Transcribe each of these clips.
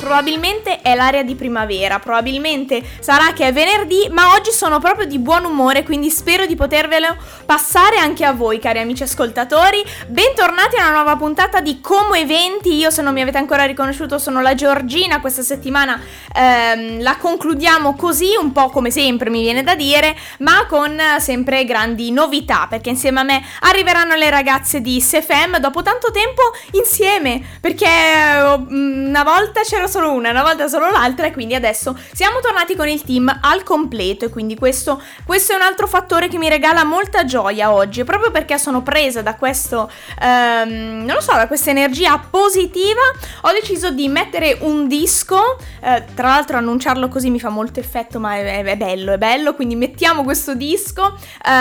probabilmente è l'aria di primavera, probabilmente sarà che è venerdì, ma oggi sono proprio di buon umore, quindi spero di potervelo passare anche a voi, cari amici ascoltatori. Bentornati a una nuova puntata di Como Eventi. Io, se non mi avete ancora riconosciuto, sono la Giorgina. Questa settimana la concludiamo così, un po' come sempre mi viene da dire, ma con sempre grandi novità, perché insieme a me arriveranno le ragazze di SEFEM dopo tanto tempo insieme, perché una volta c'era solo una volta solo l'altra, e quindi adesso siamo tornati con il team al completo, e quindi questo è un altro fattore che mi regala molta gioia oggi, proprio perché sono presa da questo non lo so, da questa energia positiva. Ho deciso di mettere un disco, tra l'altro annunciarlo così mi fa molto effetto, ma è bello, quindi mettiamo questo disco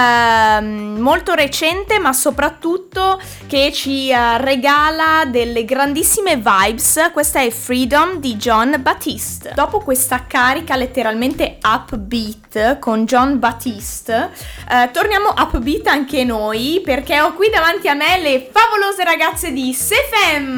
molto recente, ma soprattutto che ci regala delle grandissime vibes. Questa è Freedom di Jon Batiste. Dopo questa carica letteralmente upbeat con Jon Batiste, torniamo upbeat anche noi, perché ho qui davanti a me le favolose ragazze di SEFEM.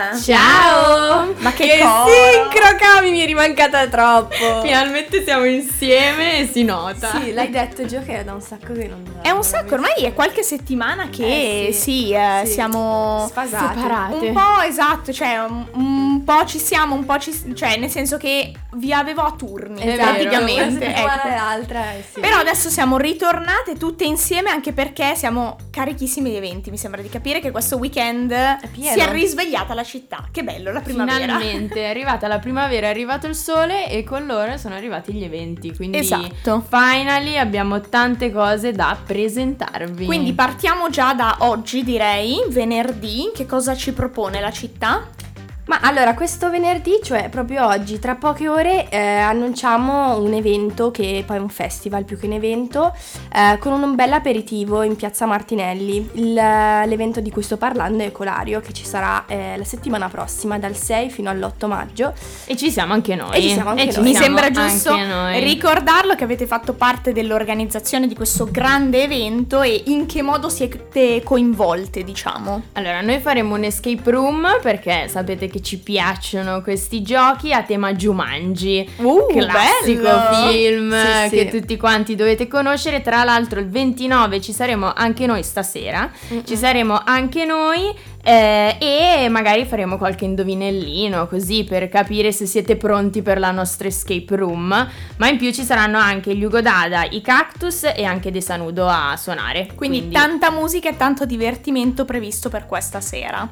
Ciao! Ma che sincro, Cami, mi è rimancata troppo. Finalmente siamo insieme e si nota. Sì, l'hai detto, Gio, che è da un sacco che non... È un sacco, ormai è qualche settimana che sì. siamo sfasate. separate. Un po', esatto, cioè un po' ci siamo, un po' cioè nel senso che vi avevo a turni, praticamente. Una settimana ecco. l'altra, sì. Però adesso siamo ritornate tutte insieme, anche perché siamo carichissime di eventi. Mi sembra di capire che questo weekend si è risvegliata la città. Che bello, la primavera. Finalmente è arrivata la primavera, è arrivato il sole e con loro sono arrivati gli eventi. Quindi esatto, finally abbiamo tante cose da presentarvi. Quindi partiamo già da oggi, direi, venerdì. Che cosa ci propone la città? Ma allora, questo venerdì, cioè proprio oggi, tra poche ore, annunciamo un evento che poi è un festival più che un evento, con un bel aperitivo in Piazza Martinelli. L'evento di cui sto parlando è Ecolario, che ci sarà la settimana prossima, dal 6 fino all'8 maggio. E ci siamo anche noi. Mi sembra giusto ricordarlo, che avete fatto parte dell'organizzazione di questo grande evento, e in che modo siete coinvolte, diciamo. Allora, noi faremo un escape room, perché sapete che ci piacciono questi giochi a tema Jumanji, classico bello. film che Sì. tutti quanti dovete conoscere. Tra l'altro il 29 ci saremo anche noi stasera, ci saremo anche noi, e magari faremo qualche indovinellino, così per capire se siete pronti per la nostra escape room. Ma in più ci saranno anche gli Ugo Dada, i Cactus e anche De Sanudo a suonare. Quindi tanta musica e tanto divertimento previsto per questa sera.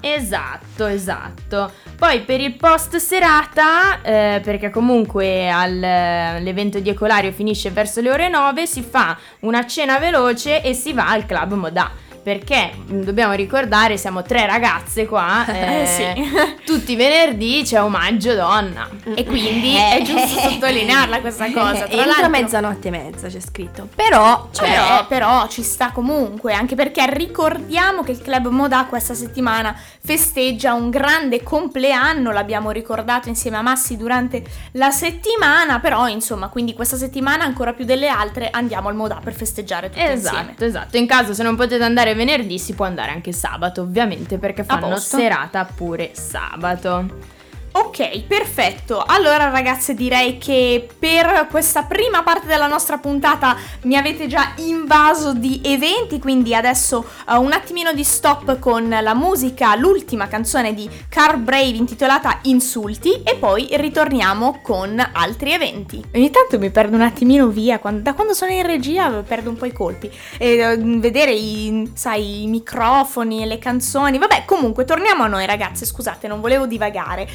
Esatto. Poi per il post serata, perché comunque l'evento di Ecolario finisce verso le ore 9, si fa una cena veloce e si va al Club Modà. Perché dobbiamo ricordare, siamo 3 ragazze qua, sì. tutti i venerdì c'è omaggio donna. E quindi è giusto sottolinearla questa cosa. Tra Entro l'altro, mezzanotte e mezza c'è scritto. Però ci sta comunque, anche perché ricordiamo che il Club Modà questa settimana festeggia un grande compleanno. L'abbiamo ricordato insieme a Massi durante la settimana, però insomma, quindi questa settimana ancora più delle altre andiamo al Modà per festeggiare tutti insieme. Esatto. In caso se non potete andare venerdì, si può andare anche sabato, ovviamente, perché fanno serata pure sabato. Ok, perfetto. Allora ragazze, direi che per questa prima parte della nostra puntata mi avete già invaso di eventi, quindi adesso un attimino di stop con la musica, l'ultima canzone di Carl Brave intitolata Insulti, e poi ritorniamo con altri eventi. Ogni tanto mi perdo un attimino via, da quando sono in regia perdo un po' i colpi, e vedere i microfoni e le canzoni. Vabbè, comunque torniamo a noi ragazze, scusate, non volevo divagare.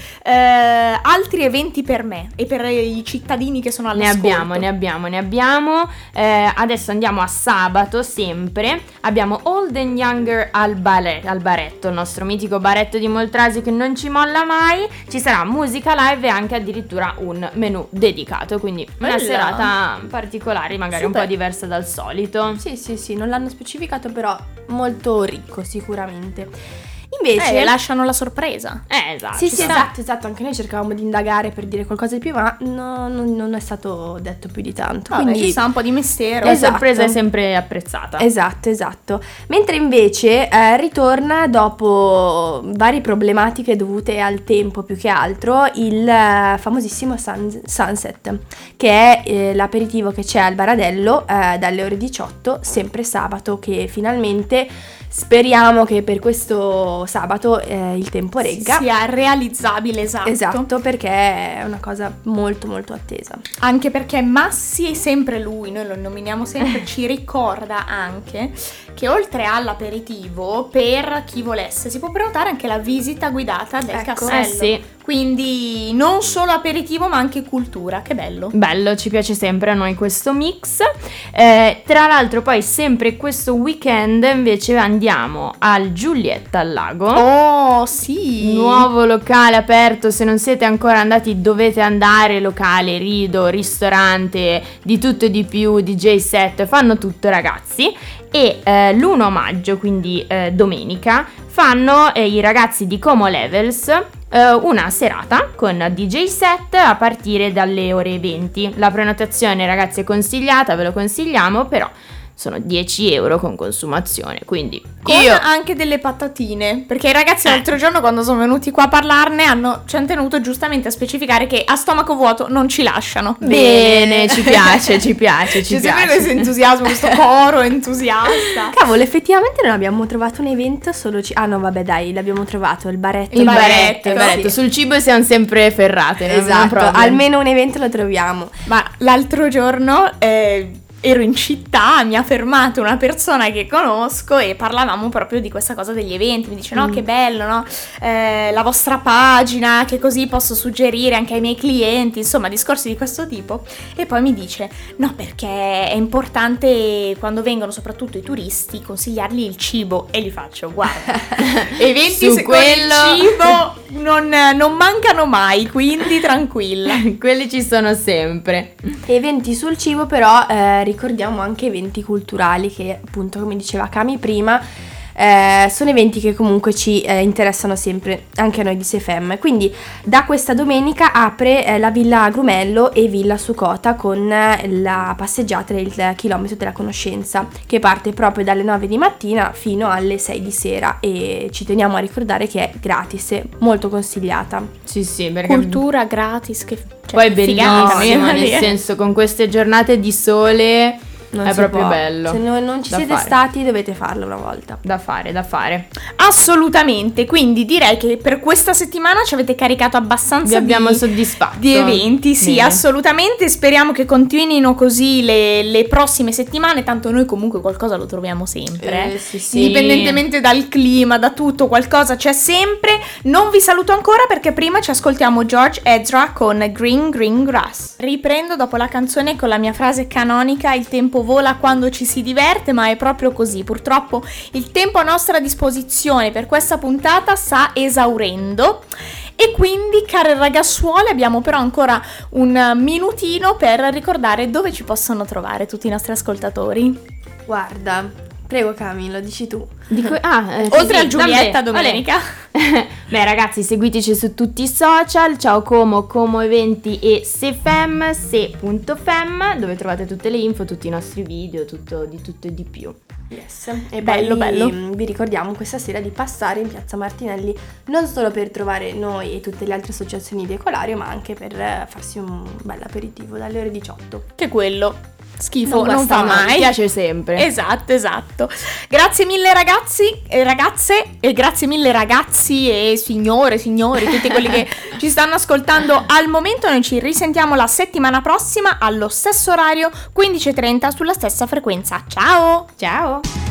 Altri eventi per me e per i cittadini che sono all'ascolto. Ne abbiamo. Adesso andiamo a sabato, sempre. Abbiamo Old and Younger al Baretto, il nostro mitico baretto di Moltrasi che non ci molla mai. Ci sarà musica live e anche addirittura un menù dedicato, quindi una serata particolare, magari un po' diversa dal solito. Sì, non l'hanno specificato, però molto ricco sicuramente. invece lasciano la sorpresa. Esatto. Sì, ci sì, sta. esatto, anche noi cercavamo di indagare per dire qualcosa di più, ma non è stato detto più di tanto. Vabbè, Quindi ci sta un po' di mistero. La Esatto. sorpresa è sempre apprezzata. Esatto. Mentre invece ritorna dopo varie problematiche dovute al tempo più che altro il famosissimo Sunset, che è l'aperitivo che c'è al Baradello dalle ore 18, sempre sabato, che finalmente speriamo che per questo sabato il tempo regga. Sia realizzabile, Esatto, perché è una cosa molto molto attesa. Anche perché Massi è sempre lui, noi lo nominiamo sempre, ci ricorda anche che oltre all'aperitivo, per chi volesse, si può prenotare anche la visita guidata del castello. Sì. Quindi non solo aperitivo ma anche cultura, che bello. Bello, ci piace sempre a noi questo mix. Tra l'altro poi sempre questo weekend invece andiamo al Giulietta al Lago. Oh sì! Nuovo locale aperto, se non siete ancora andati dovete andare, locale, rido, ristorante, di tutto e di più, DJ set, fanno tutto ragazzi. E l'1 maggio, quindi domenica, fanno i ragazzi di Como Levels una serata con DJ set a partire dalle ore 20. La prenotazione ragazzi è consigliata, ve lo consigliamo, però sono 10 euro con consumazione, quindi con anche delle patatine, perché i ragazzi l'altro giorno quando sono venuti qua a parlarne ci hanno tenuto giustamente a specificare che a stomaco vuoto non ci lasciano. Bene, ci piace. C'è sempre questo entusiasmo, questo coro entusiasta. Cavolo, effettivamente non abbiamo trovato un evento solo ah no vabbè dai, l'abbiamo trovato, il baretto. Il baretto. Sì. Sul cibo siamo sempre ferrate. Esatto, almeno un evento lo troviamo. Ma l'altro giorno ero in città, mi ha fermato una persona che conosco e parlavamo proprio di questa cosa degli eventi. Mi dice no, che bello, no? La vostra pagina, che così posso suggerire anche ai miei clienti, insomma discorsi di questo tipo. E poi mi dice no, perché è importante quando vengono soprattutto i turisti consigliargli il cibo. E gli faccio guarda, eventi su quello il cibo non mancano mai, quindi tranquilla. Quelli ci sono sempre. Eventi sul cibo però ricordiamo anche eventi culturali che appunto come diceva Cami prima sono eventi che comunque ci interessano sempre anche a noi di SFM. Quindi da questa domenica apre la Villa Grumello e Villa Sucota con la passeggiata del chilometro della conoscenza che parte proprio dalle 9 di mattina fino alle 6 di sera e ci teniamo a ricordare che è gratis, molto consigliata. Sì, perché cultura gratis, che poi è bellissimo, nel senso con queste giornate di sole è proprio bello. Se non ci siete stati dovete farlo una volta. Da fare. Assolutamente, quindi direi che per questa settimana ci avete caricato abbastanza. Vi abbiamo soddisfatto di eventi, sì. Bene. Assolutamente, speriamo che continuino così le prossime settimane, tanto noi comunque qualcosa lo troviamo sempre. Sì. Indipendentemente dal clima, da tutto, qualcosa c'è sempre. Non vi saluto ancora perché prima ci ascoltiamo George Ezra con Green Green Grass. Riprendo dopo la canzone con la mia frase canonica: il tempo vola quando ci si diverte, ma è proprio così. Purtroppo il tempo a nostra disposizione per questa puntata sta esaurendo e quindi, care ragazzuole, abbiamo però ancora un minutino per ricordare dove ci possono trovare tutti i nostri ascoltatori. Guarda, prego Camillo, dici tu. Oltre al Giulietta domenica. Beh ragazzi, seguiteci su tutti i social, ciao Como Eventi e SeFem, se.fem, dove trovate tutte le info, tutti i nostri video, tutto e di più. Yes. E bello. Vi ricordiamo questa sera di passare in Piazza Martinelli non solo per trovare noi e tutte le altre associazioni di Ecolario, ma anche per farsi un bel aperitivo dalle ore 18. Che quello schifo non fa mai, piace sempre. Esatto. Grazie mille ragazzi e ragazze, e grazie mille ragazzi e signori, tutti quelli che ci stanno ascoltando al momento. Noi ci risentiamo la settimana prossima allo stesso orario, 15:30, sulla stessa frequenza. Ciao!